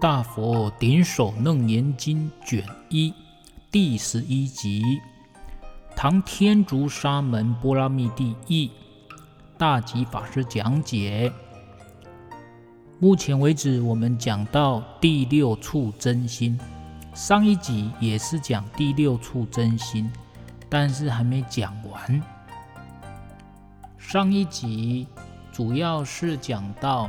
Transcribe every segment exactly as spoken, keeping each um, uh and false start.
大佛顶首楞严经卷一第十一集，唐天竺沙门般剌密帝译，大吉法师讲解。目前为止，我们讲到第六处真心，上一集也是讲第六处真心，但是还没讲完。上一集主要是讲到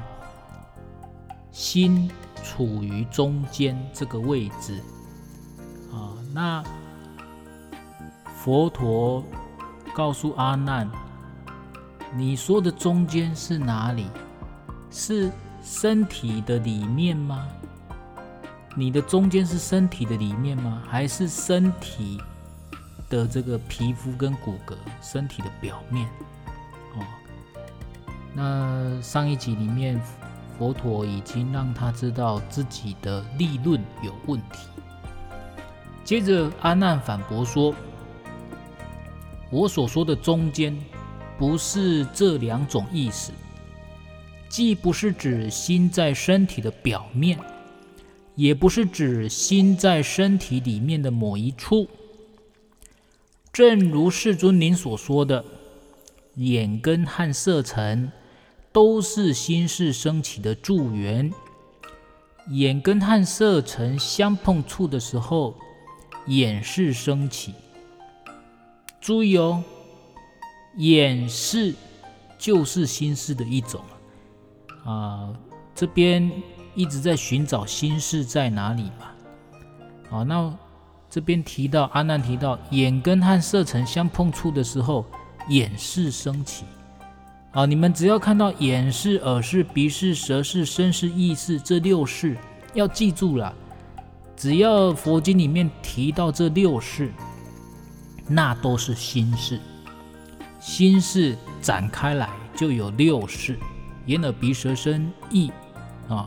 心处于中间这个位置啊，那佛陀告诉阿难，你说的中间是哪里？是身体的里面吗？你的中间是身体的里面吗？还是身体的这个皮肤跟骨骼，身体的表面？哦，那上一集里面佛陀已经让他知道自己的立论有问题。接着阿难反驳说，我所说的中间不是这两种意思，既不是指心在身体的表面，也不是指心在身体里面的某一处。正如世尊您所说的，眼根和色尘都是心识升起的助缘，眼根和色尘相碰触的时候，眼识升起。注意哦，眼识就是心识的一种啊、呃。这边一直在寻找心识在哪里嘛？啊，那这边提到阿难提到眼根和色尘相碰触的时候，眼识升起。啊，你们只要看到眼识、耳识、鼻识、舌识、身识、意识这六识，要记住了，只要佛经里面提到这六识，那都是心识。心识展开来就有六识：眼、耳、鼻、舌、身、意。啊，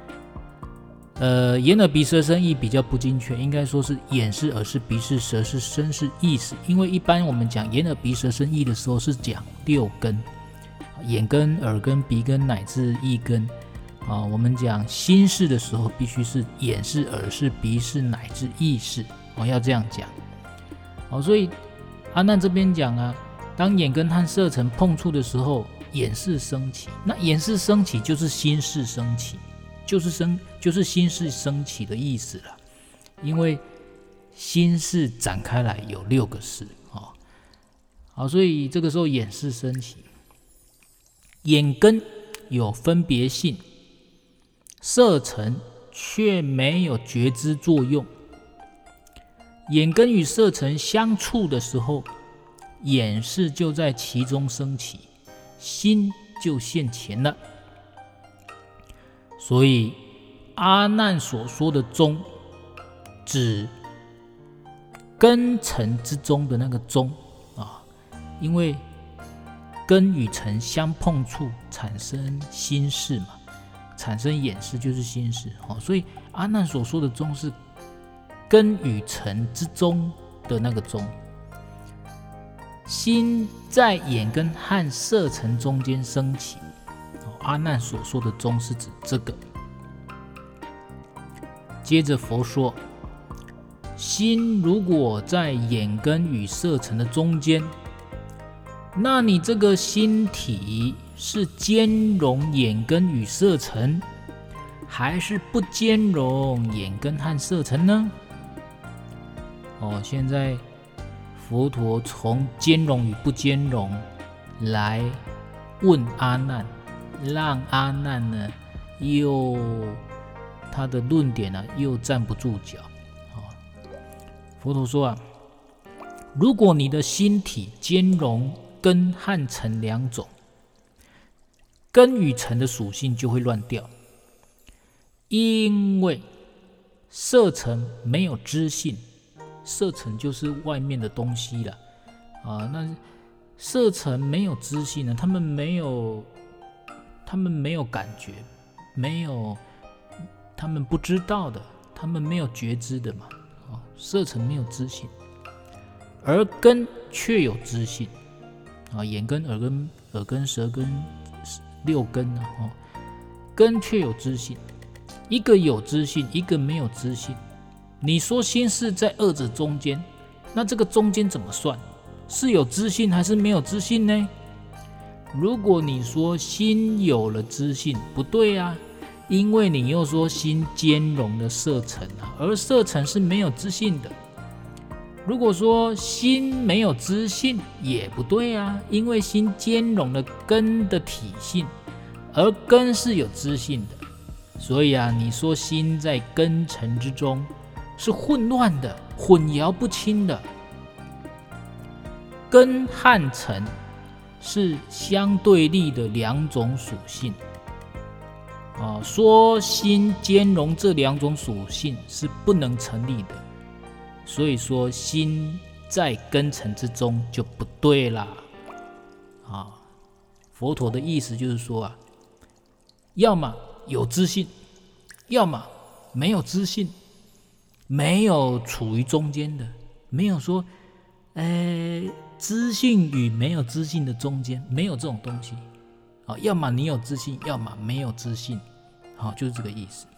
呃，眼、耳、鼻、舌、身、意比较不精确，应该说是眼识、耳识、鼻识、舌识、身识、意识。因为一般我们讲眼、耳、鼻、舌、身、意的时候是讲六根。眼根、耳根、鼻根乃至意根啊，我们讲心识的时候，必须是眼识、耳识、鼻识乃至意识，哦，要这样讲。哦，所以阿难这边讲啊，当眼根和色尘碰触的时候，眼识升起。那眼识升起就是心识升起，就是升就是心识升起的意思了。因为心识展开来有六个识啊，好，所以这个时候眼识升起。眼根有分别性，色尘却没有觉知作用。眼根与色尘相触的时候，眼识就在其中升起，心就现前了。所以阿难所说的中，指根尘之中的那个中啊，因为根与尘相碰触，产生心识嘛，产生眼识就是心识。哦，所以阿难所说的中是根与尘之中的那个中。心在眼根和色尘中间升起。哦，阿难所说的中是指这个。接着佛说，心如果在眼根与色尘的中间，那你这个心体是兼容眼根与色尘，还是不兼容眼根和色尘呢？哦，现在佛陀从兼容与不兼容来问阿难，让阿难呢又他的论点呢又站不住脚。哦，佛陀说啊，如果你的心体兼容根和尘两种，根与尘的属性就会乱掉，因为色尘没有知性，色尘就是外面的东西了啊。那色尘没有知性呢，他们没有，他们没有感觉，没有，他们不知道的，他们没有觉知的嘛。啊，色尘没有知性，而根却有知性。啊，眼根、耳根、耳根、舌根、六根啊，哦，根却有知性， 一个有知性，一个没有知性。你说心是在二者中间，那这个中间怎么算？是有知性还是没有知性呢？如果你说心有了知性，不对啊，因为你又说心兼容了色尘啊，而色尘是没有知性的。如果说心没有知性，也不对啊，因为心兼容了根的体性，而根是有知性的。所以啊，你说心在根尘之中是混乱的，混淆不清的。根和尘是相对立的两种属性啊，说心兼容这两种属性是不能成立的。所以说心在根尘之中就不对啦啊！佛陀的意思就是说啊，要么有知性，要么没有知性，没有处于中间的，没有说，呃，知性与没有知性的中间，没有这种东西啊。要么你有知性，要么没有知性，好，就是这个意思。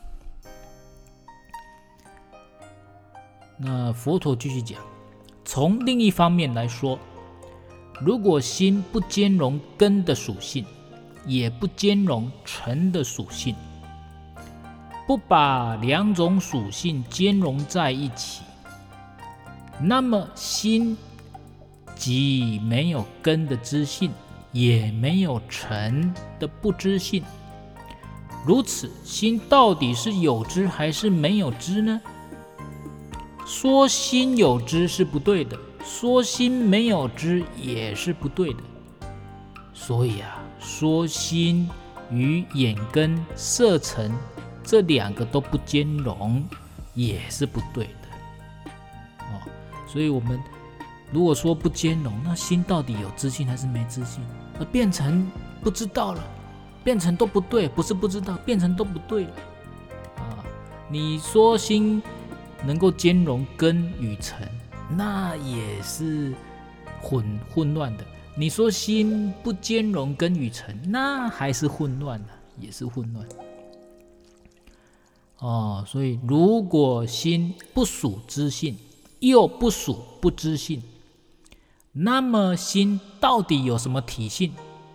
那佛陀继续讲，从另一方面来说，如果心不兼容根的属性，也不兼容尘的属性，不把两种属性兼容在一起，那么心既没有根的知性，也没有尘的不知性。如此，心到底是有知还是没有知呢？说心有知是不对的，说心没有知也是不对的。所以啊，说心与眼根、色尘这两个都不兼容，也是不对的。哦，所以我们如果说不兼容，那心到底有知性还是没知性？而变成不知道了，变成都不对，不是不知道，变成都不对了。啊，你说心能够兼容根与尘，那也是混混乱的。你说心不兼容根与尘，那还是混乱的，也是混乱。哦，所以如果心不属知性，又不属不知性，那么心到底有什么体性？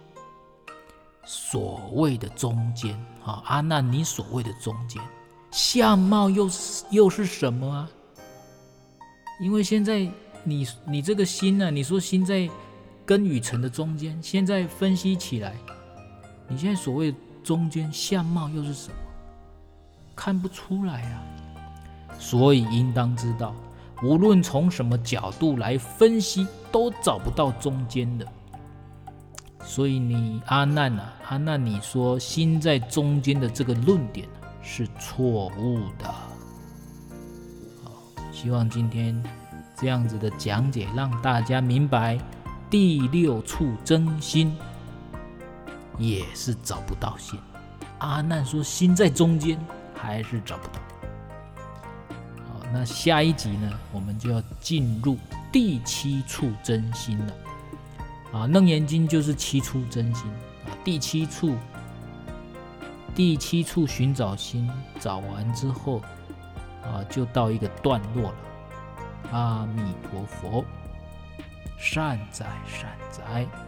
所谓的中间啊，阿难，你所谓的中间相貌又是又是什么啊？因为现在你你这个心呢、啊，你说心在根与尘的中间，现在分析起来，你现在所谓的中间相貌又是什么？看不出来啊。所以应当知道，无论从什么角度来分析，都找不到中间的。所以你阿难啊，阿难，你说心在中间的这个论点是错误的。好，希望今天这样子的讲解让大家明白，第六处真心也是找不到心。阿难说心在中间，还是找不到。好，那下一集呢，我们就要进入第七处真心了。啊，《楞严经》就是七处真心啊，第七处，第七处寻找心，找完之后啊，就到一个段落了。阿弥陀佛，善哉善哉。